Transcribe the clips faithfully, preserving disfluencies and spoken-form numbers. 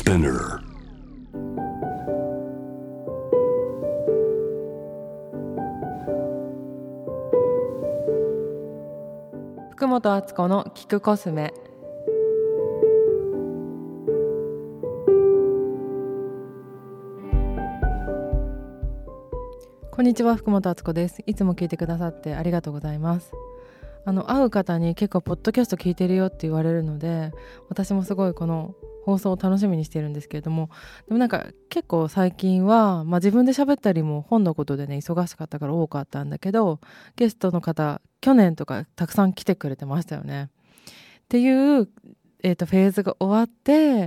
Spinner. 福本敦子の聞くコスメ。こんにちは、福本敦子です。いつも聞いてくださってありがとうございます。あの会う方に結構ポッドキャスト聞いてるよって言われるので、私もすごいこの放送を楽しみにしているんですけれども、でもなんか結構最近は、まあ、自分で喋ったりも本のことでね忙しかったから多かったんだけど、ゲストの方去年とかたくさん来てくれてましたよねっていう、えーと、フェーズが終わって、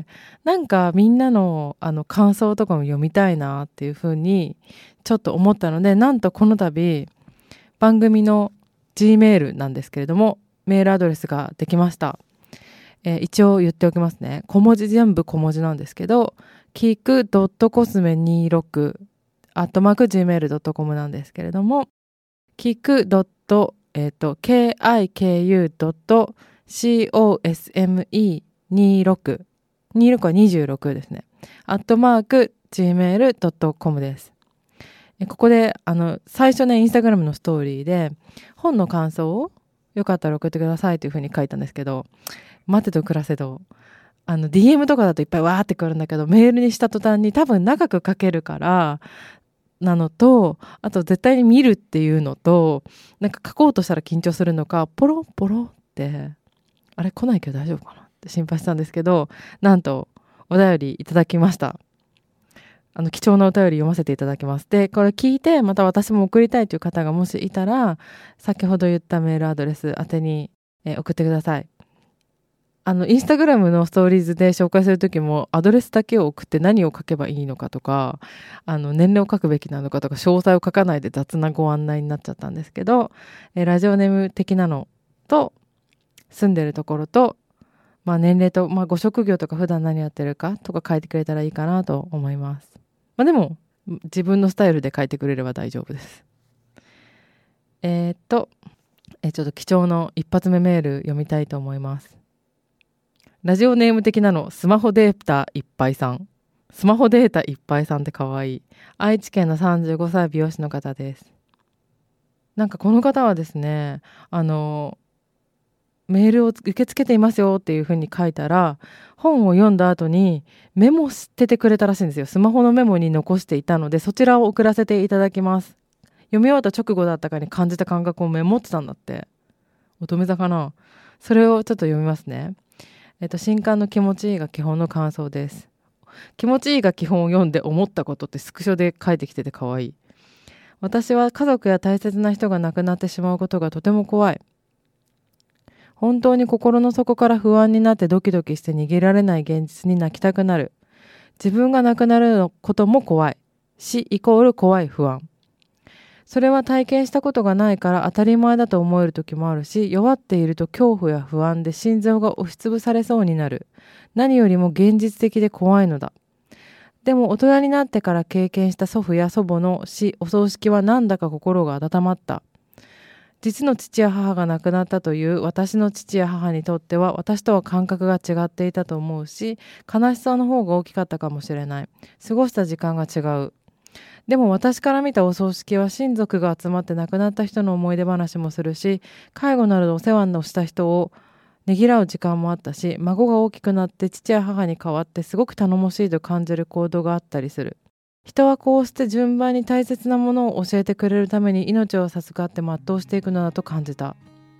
なんかみんなのあの感想とかも読みたいなっていうふうにちょっと思ったので、なんとこの度番組の G メールなんですけれども、メールアドレスができました。えー、一応言っておきますね。小文字、全部小文字なんですけど、キクドットコスメにじゅうろく アットマーク ジーメールドットコム なんですけれども、キクドットえっと ケーアイケーユードットコスメにじゅうろく にじゅうろくはにじゅうろくですね。アットマーク ジーメールドットコム です。えここであの最初ねインスタグラムのストーリーで本の感想をよかったら送ってくださいというふうに書いたんですけど、待てど暮らせどあの ディーエム とかだといっぱいわーってくるんだけど、メールにした途端に多分長く書けるからなのと、あと絶対に見るっていうのと、なんか書こうとしたら緊張するのか、ポロポロってあれ来ないけど大丈夫かなって心配したんですけど、なんとお便りいただきました。あの貴重なお便り読ませていただきます。でこれ聞いてまた私も送りたいという方がもしいたら、先ほど言ったメールアドレス宛てに、えー送ってください。あのインスタグラムのストーリーズで紹介するときもアドレスだけを送って何を書けばいいのかとか、あの年齢を書くべきなのかとか詳細を書かないで雑なご案内になっちゃったんですけど、えーラジオネーム的なのと住んでるところと、まあ、年齢と、まあ、ご職業とか普段何やってるかとか書いてくれたらいいかなと思います。まあ、でも自分のスタイルで書いてくれれば大丈夫です。えー、っとえーちょっと貴重の一発目メール読みたいと思います。ラジオネーム的なのスマホデータいっぱいさん。スマホデータいっぱいさんってかわいい。愛知県のさんじゅうごさい美容師の方です。なんかこの方はですね、あのメールを受け付けていますよっていう風に書いたら、本を読んだ後にメモしててくれたらしいんですよ。スマホのメモに残していたので、そちらを送らせていただきます。読み終わった直後だったかに感じた感覚をメモってたんだって。乙女座かな。それをちょっと読みますね。えっと新刊の気持ちいいが基本の感想です。気持ちいいが基本を読んで思ったことってスクショで書いてきててかわいい。私は家族や大切な人が亡くなってしまうことがとても怖い。本当に心の底から不安になってドキドキして逃げられない現実に泣きたくなる。自分が亡くなることも怖い。死イコール怖い不安。それは体験したことがないから当たり前だと思える時もあるし、弱っていると恐怖や不安で心臓が押しつぶされそうになる。何よりも現実的で怖いのだ。でも大人になってから経験した祖父や祖母の死、お葬式はなんだか心が温まった。実の父や母が亡くなったという私の父や母にとっては私とは感覚が違っていたと思うし、悲しさの方が大きかったかもしれない。過ごした時間が違う。でも私から見たお葬式は親族が集まって亡くなった人の思い出話もするし、介護などでお世話をした人をねぎらう時間もあったし、孫が大きくなって父や母に代わってすごく頼もしいと感じる行動があったりする。人はこうして順番に大切なものを教えてくれるために命を授かって全うしていくのだと感じた。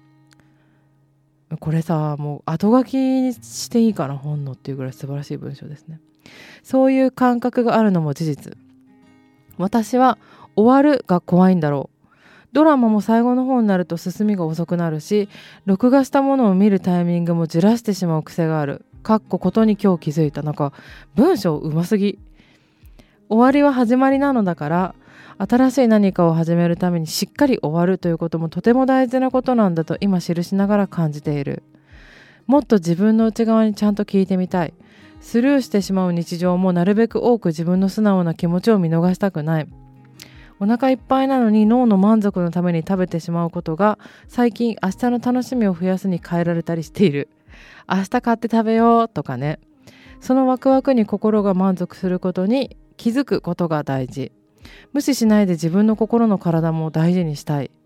これさ、もう後書きにしていいかな本のっていうぐらい素晴らしい文章ですね。そういう感覚があるのも事実。私は終わるが怖いんだろう。ドラマも最後の方になると進みが遅くなるし、録画したものを見るタイミングもじらしてしまう癖がある。かっこことに今日気づいた。なんか文章うますぎ。終わりは始まりなのだから、新しい何かを始めるためにしっかり終わるということもとても大事なことなんだと今記しながら感じている。もっと自分の内側にちゃんと聞いてみたい。スルーしてしまう日常もなるべく多く自分の素直な気持ちを見逃したくない。お腹いっぱいなのに脳の満足のために食べてしまうことが最近明日の楽しみを増やすに変えられたりしている。明日買って食べようとかね。 そのワクワクに心が満足することに気づくことが大事。無視しないで自分の心の体も大事にしたい。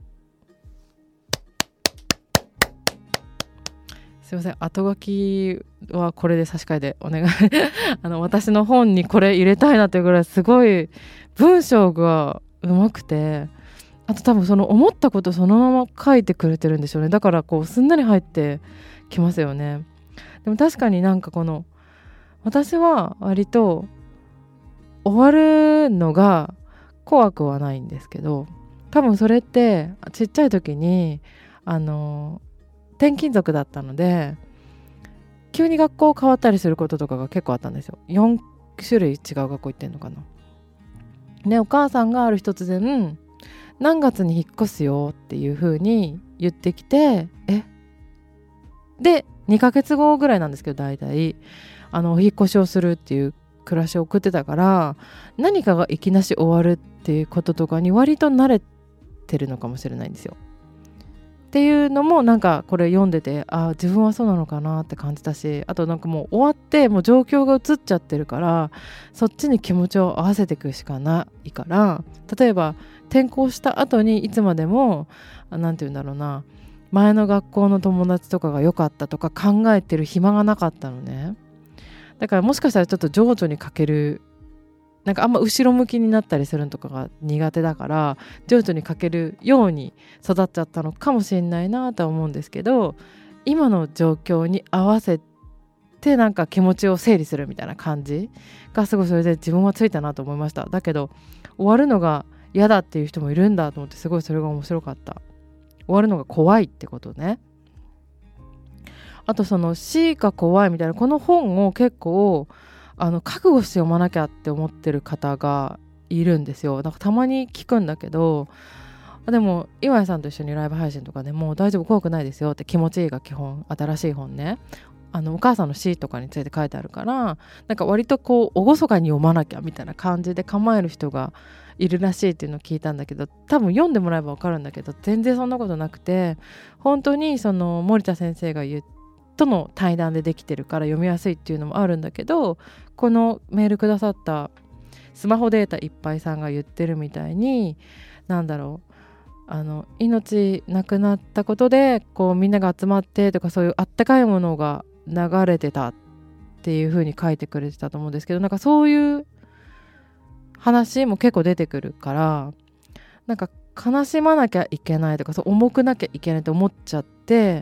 すいません、後書きはこれで差し替えでお願いあの私の本にこれ入れたいなというぐらいすごい文章がうまくて、あと多分その思ったことそのまま書いてくれてるんでしょうね。だからこうすんなり入ってきますよね。でも確かになんかこの私は割と終わるのが怖くはないんですけど、多分それってちっちゃい時にあの転勤族だったので急に学校変わったりすることとかが結構あったんですよ。よん種類違う学校行ってんのかな。でお母さんがある日突然何月に引っ越すよっていう風に言ってきて、えでにかげつごぐらいなんですけど、大体あのお引っ越しをするっていう暮らしを送ってたから、何かがいきなし終わるっていうこととかに割と慣れてるのかもしれないんですよ。っていうのもなんかこれ読んでて、あ自分はそうなのかなって感じたし、あとなんかもう終わってもう状況が移っちゃってるから、そっちに気持ちを合わせていくしかないから、例えば転校した後にいつまでもなんていうんだろうな、前の学校の友達とかが良かったとか考えてる暇がなかったのね。だからもしかしたらちょっと情緒に欠ける、なんかあんま後ろ向きになったりするのとかが苦手だから、情緒に欠けるように育っちゃったのかもしれないなとは思うんですけど、今の状況に合わせてなんか気持ちを整理するみたいな感じがすごいそれで自分はついたなと思いました。だけど終わるのが嫌だっていう人もいるんだと思って、すごいそれが面白かった。終わるのが怖いってことね。あとその死が怖いみたいな、この本を結構あの覚悟して読まなきゃって思ってる方がいるんですよ。なんかたまに聞くんだけど、でも岩井さんと一緒にライブ配信とかでも大丈夫怖くないですよって、気持ちいいが基本、新しい本ね、あのお母さんの死とかについて書いてあるから、なんか割とこう厳かに読まなきゃみたいな感じで構える人がいるらしいっていうのを聞いたんだけど、多分読んでもらえば分かるんだけど全然そんなことなくて、本当にその森田先生が言ってとの対談でできてるから読みやすいっていうのもあるんだけど、このメールくださったスマホデータいっぱいさんが言ってるみたいに、なんだろう、あの命なくなったことでこうみんなが集まってとか、そういうあったかいものが流れてたっていう風に書いてくれてたと思うんですけど、なんかそういう話も結構出てくるから、なんか悲しまなきゃいけないとか、そう重くなきゃいけないと思っちゃって、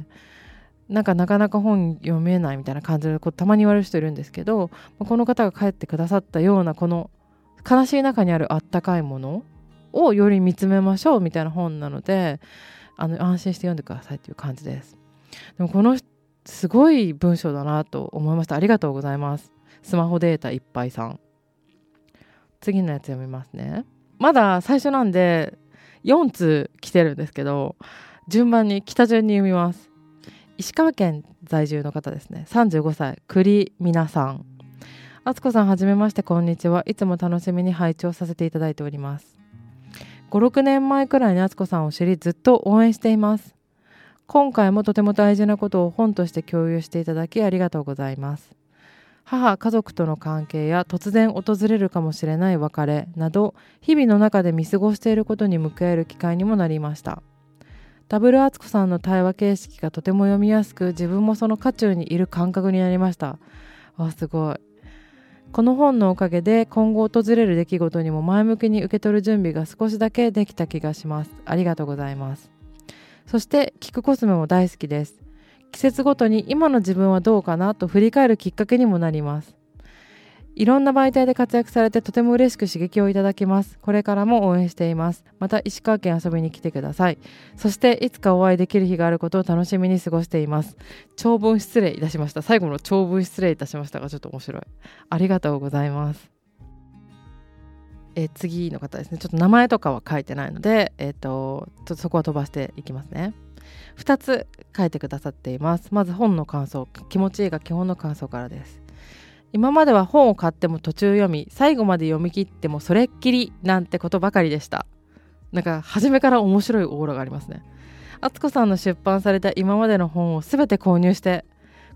なんかなかなか本読めないみたいな感じでこうたまに言われる人いるんですけど、この方が書いてくださったようなこの悲しい中にあるあったかいものをより見つめましょうみたいな本なので、あの安心して読んでくださいっていう感じです。でもこのすごい文章だなと思いました。ありがとうございます。スマホデータいっぱいさん。次のやつ読みますね。まだ最初なんでよんつう来てるんですけど、順番に北順に読みます。石川県在住の方ですね。さんじゅうごさい、栗みなさん。あつこさんはじめまして、こんにちは。いつも楽しみに拝聴させていただいております。ごろくねんまえくらいにあつこさんを知り、ずっと応援しています。今回もとても大事なことを本として共有していただきありがとうございます。母、家族との関係や突然訪れるかもしれない別れなど、日々の中で見過ごしていることに向き合える機会にもなりました。ダブルあつこさんの対話形式がとても読みやすく、自分もその渦中にいる感覚になりました。わ、すごい。この本のおかげで今後訪れる出来事にも前向きに受け取る準備が少しだけできた気がします。ありがとうございます。そしてキクコスメも大好きです。季節ごとに今の自分はどうかなと振り返るきっかけにもなります。いろんな媒体で活躍されてとても嬉しく刺激をいただきます。これからも応援しています。また石川県遊びに来てください。そしていつかお会いできる日があることを楽しみに過ごしています。長文失礼いたしました。最後の長文失礼いたしましたがちょっと面白い。ありがとうございます。えー、次の方ですね。ちょっと名前とかは書いてないので、えーと、ちょっとそこは飛ばしていきますね。ふたつ書いてくださっています。まず本の感想、気持ちいいが基本の感想からです。今までは本を買っても途中読み、最後まで読み切ってもそれっきりなんてことばかりでした。なんか初めから面白いオーラがありますね。あつこさんの出版された今までの本をすべて購入して、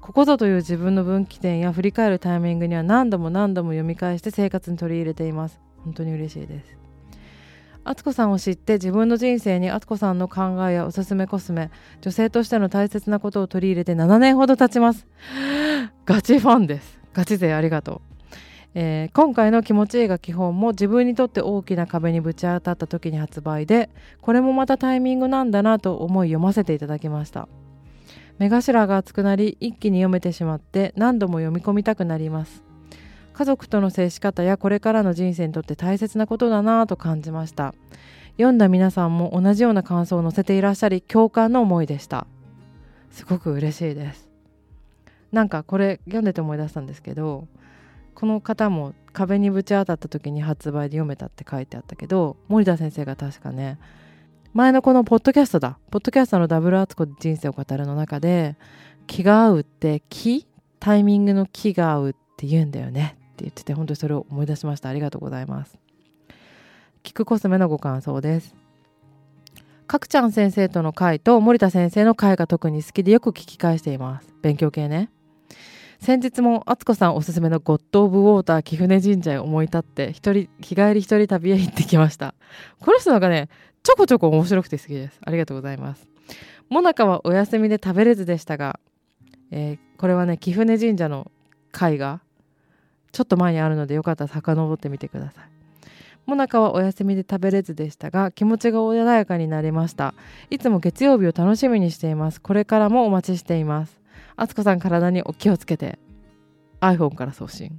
ここぞという自分の分岐点や振り返るタイミングには何度も何度も読み返して生活に取り入れています。本当に嬉しいです。あつこさんを知って自分の人生にあつこさんの考えやおすすめコスメ、女性としての大切なことを取り入れてななねんほど経ちます。ガチファンです。ガチ勢ありがとう。えー、今回の気持ちいいが基本も自分にとって大きな壁にぶち当たった時に発売で、これもまたタイミングなんだなと思い読ませていただきました。目頭が熱くなり一気に読めてしまって何度も読み込みたくなります。家族との接し方やこれからの人生にとって大切なことだなぁと感じました。読んだ皆さんも同じような感想を載せていらっしゃり共感の思いでした。すごく嬉しいです。なんかこれ読んでて思い出したんですけど、この方も壁にぶち当たった時に発売で読めたって書いてあったけど、森田先生が確かね、前のこのポッドキャストだポッドキャストのダブルアツコで人生を語るの中で、気が合うって気タイミングの気が合うって言うんだよねって言ってて、本当にそれを思い出しました。ありがとうございます。キクコスメのご感想です。かくちゃん先生との回と森田先生の回が特に好きでよく聞き返しています。勉強系ね。先日もあつこさんおすすめのゴッド・オブ・ウォーター貴船神社へ思い立って一人日帰り一人旅へ行ってきました。この人なんかねちょこちょこ面白くて好きです。ありがとうございます。もなかはお休みで食べれずでしたが、えー、これはね貴船神社の回がちょっと前にあるのでよかったら遡ってみてください。もなかはお休みで食べれずでしたが気持ちが穏やかになりました。いつも月曜日を楽しみにしています。これからもお待ちしています。あつこさん体にお気をつけて。 iPhone から送信。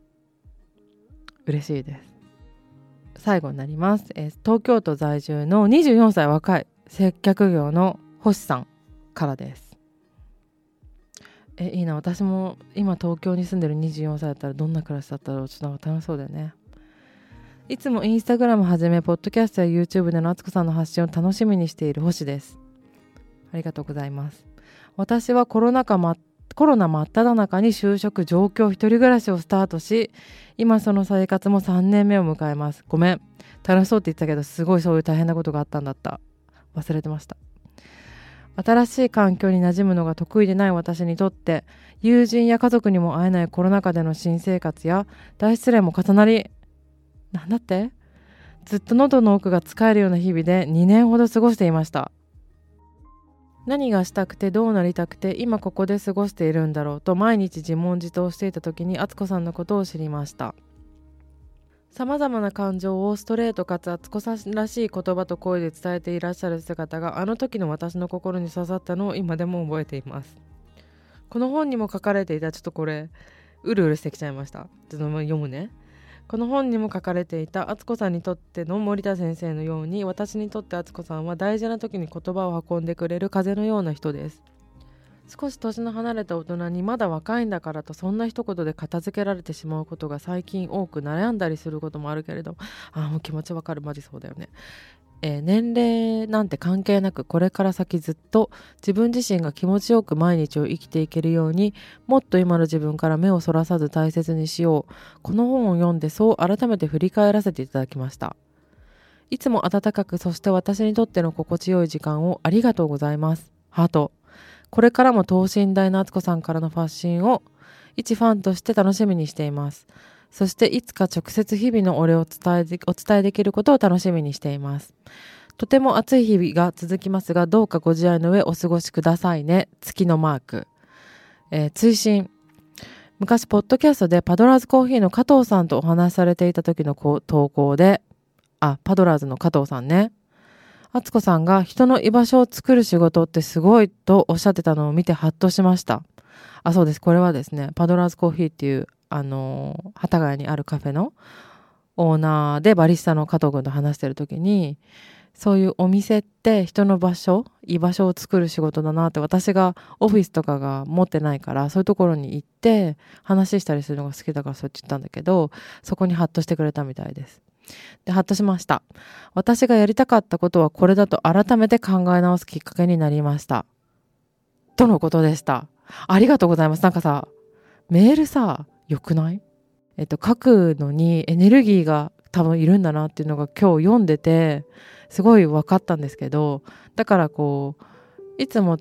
嬉しいです。最後になります、えー、東京都在住のにじゅうよんさい若い接客業の星さんからです。えいいな、私も今東京に住んでるにじゅうよんさいだったらどんな暮らしだったろう。ちょっとなんか楽しそうだよね。いつもインスタグラムはじめポッドキャストや YouTube でのあつこさんの発信を楽しみにしている星です。ありがとうございます。私はコロナ禍まコロナ真っ只中に就職上京一人暮らしをスタートし、今その生活もさんねんめを迎えます。ごめん、楽しそうって言ってたけどすごいそういう大変なことがあったんだった。忘れてました。新しい環境に馴染むのが得意でない私にとって、友人や家族にも会えないコロナ禍での新生活や大失恋も重なり、なんだってずっと喉の奥が使えるような日々でにねんほど過ごしていました。何がしたくてどうなりたくて今ここで過ごしているんだろうと毎日自問自答していた時にあつこさんのことを知りました。さまざまな感情をストレートかつあつこさんらしい言葉と声で伝えていらっしゃる姿があの時の私の心に刺さったのを今でも覚えています。この本にも書かれていた、ちょっとこれうるうるしてきちゃいました。ちょっと読むね。この本にも書かれていたあつこさんにとっての森田先生のように、私にとってあつこさんは大事な時に言葉を運んでくれる風のような人です。少し年の離れた大人にまだ若いんだからとそんな一言で片付けられてしまうことが最近多く悩んだりすることもあるけれど、ああもう気持ちわかる、マジそうだよね。えー、年齢なんて関係なくこれから先ずっと自分自身が気持ちよく毎日を生きていけるように、もっと今の自分から目をそらさず大切にしよう。この本を読んでそう改めて振り返らせていただきました。いつも温かく、そして私にとっての心地よい時間をありがとうございます。ハート。これからも等身大のあつこさんからの発信を一ファンとして楽しみにしています。そしていつか直接日々のお礼を伝えでお伝えできることを楽しみにしています。とても暑い日々が続きますが、どうかご自愛の上お過ごしくださいね。月のマーク。えー、追伸。昔ポッドキャストでパドラーズコーヒーの加藤さんとお話しされていた時の投稿で、あ、パドラーズの加藤さんね。あつこさんが人の居場所を作る仕事ってすごいとおっしゃってたのを見てハッとしました。あ、そうです。これはですね、パドラーズコーヒーっていうあの幡ヶ谷にあるカフェのオーナーでバリスタの加藤君と話してる時に、そういうお店って人の場所、居場所を作る仕事だなって、私がオフィスとかが持ってないからそういうところに行って話したりするのが好きだからそう言ったんだけど、そこにハッとしてくれたみたいです。で、ハッとしました。私がやりたかったことはこれだと改めて考え直すきっかけになりましたとのことでした。ありがとうございます。なんかさ、メールさよくない？えっと書くのにエネルギーが多分いるんだなっていうのが今日読んでてすごい分かったんですけど、だからこういつもって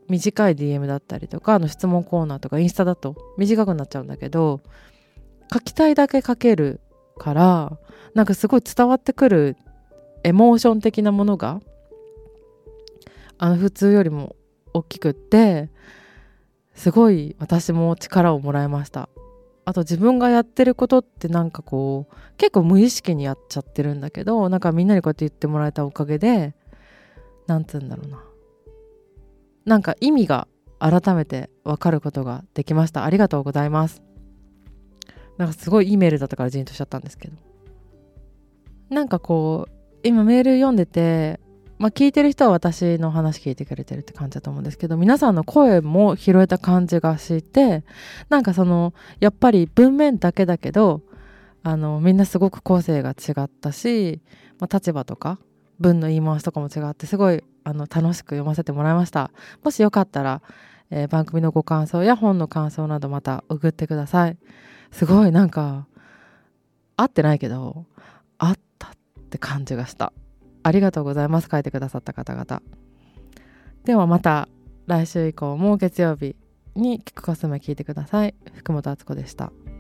短い ディーエム だったりとか、あの質問コーナーとかインスタだと短くなっちゃうんだけど、書きたいだけ書けるから、なんかすごい伝わってくるエモーション的なものがあの普通よりも大きくって、すごい私も力をもらいました。あと自分がやってることってなんかこう結構無意識にやっちゃってるんだけど、なんかみんなにこうやって言ってもらえたおかげで、なんつうんだろうな、なんか意味が改めて分かることができました。ありがとうございます。なんかすごいいいメールだったからジーンとしちゃったんですけど、なんかこう今メール読んでて、まあ、聞いてる人は私の話聞いてくれてるって感じだと思うんですけど、皆さんの声も拾えた感じがして、なんかそのやっぱり文面だけだけど、あのみんなすごく個性が違ったし、まあ、立場とか文の言い回しとかも違って、すごいあの楽しく読ませてもらいました。もしよかったら、えー番組のご感想や本の感想などまた送ってください。すごいなんか合ってないけど合ったって感じがした。ありがとうございます。書いてくださった方々。ではまた来週以降も月曜日に聞くコスメ聞いてください。福本敦子でした。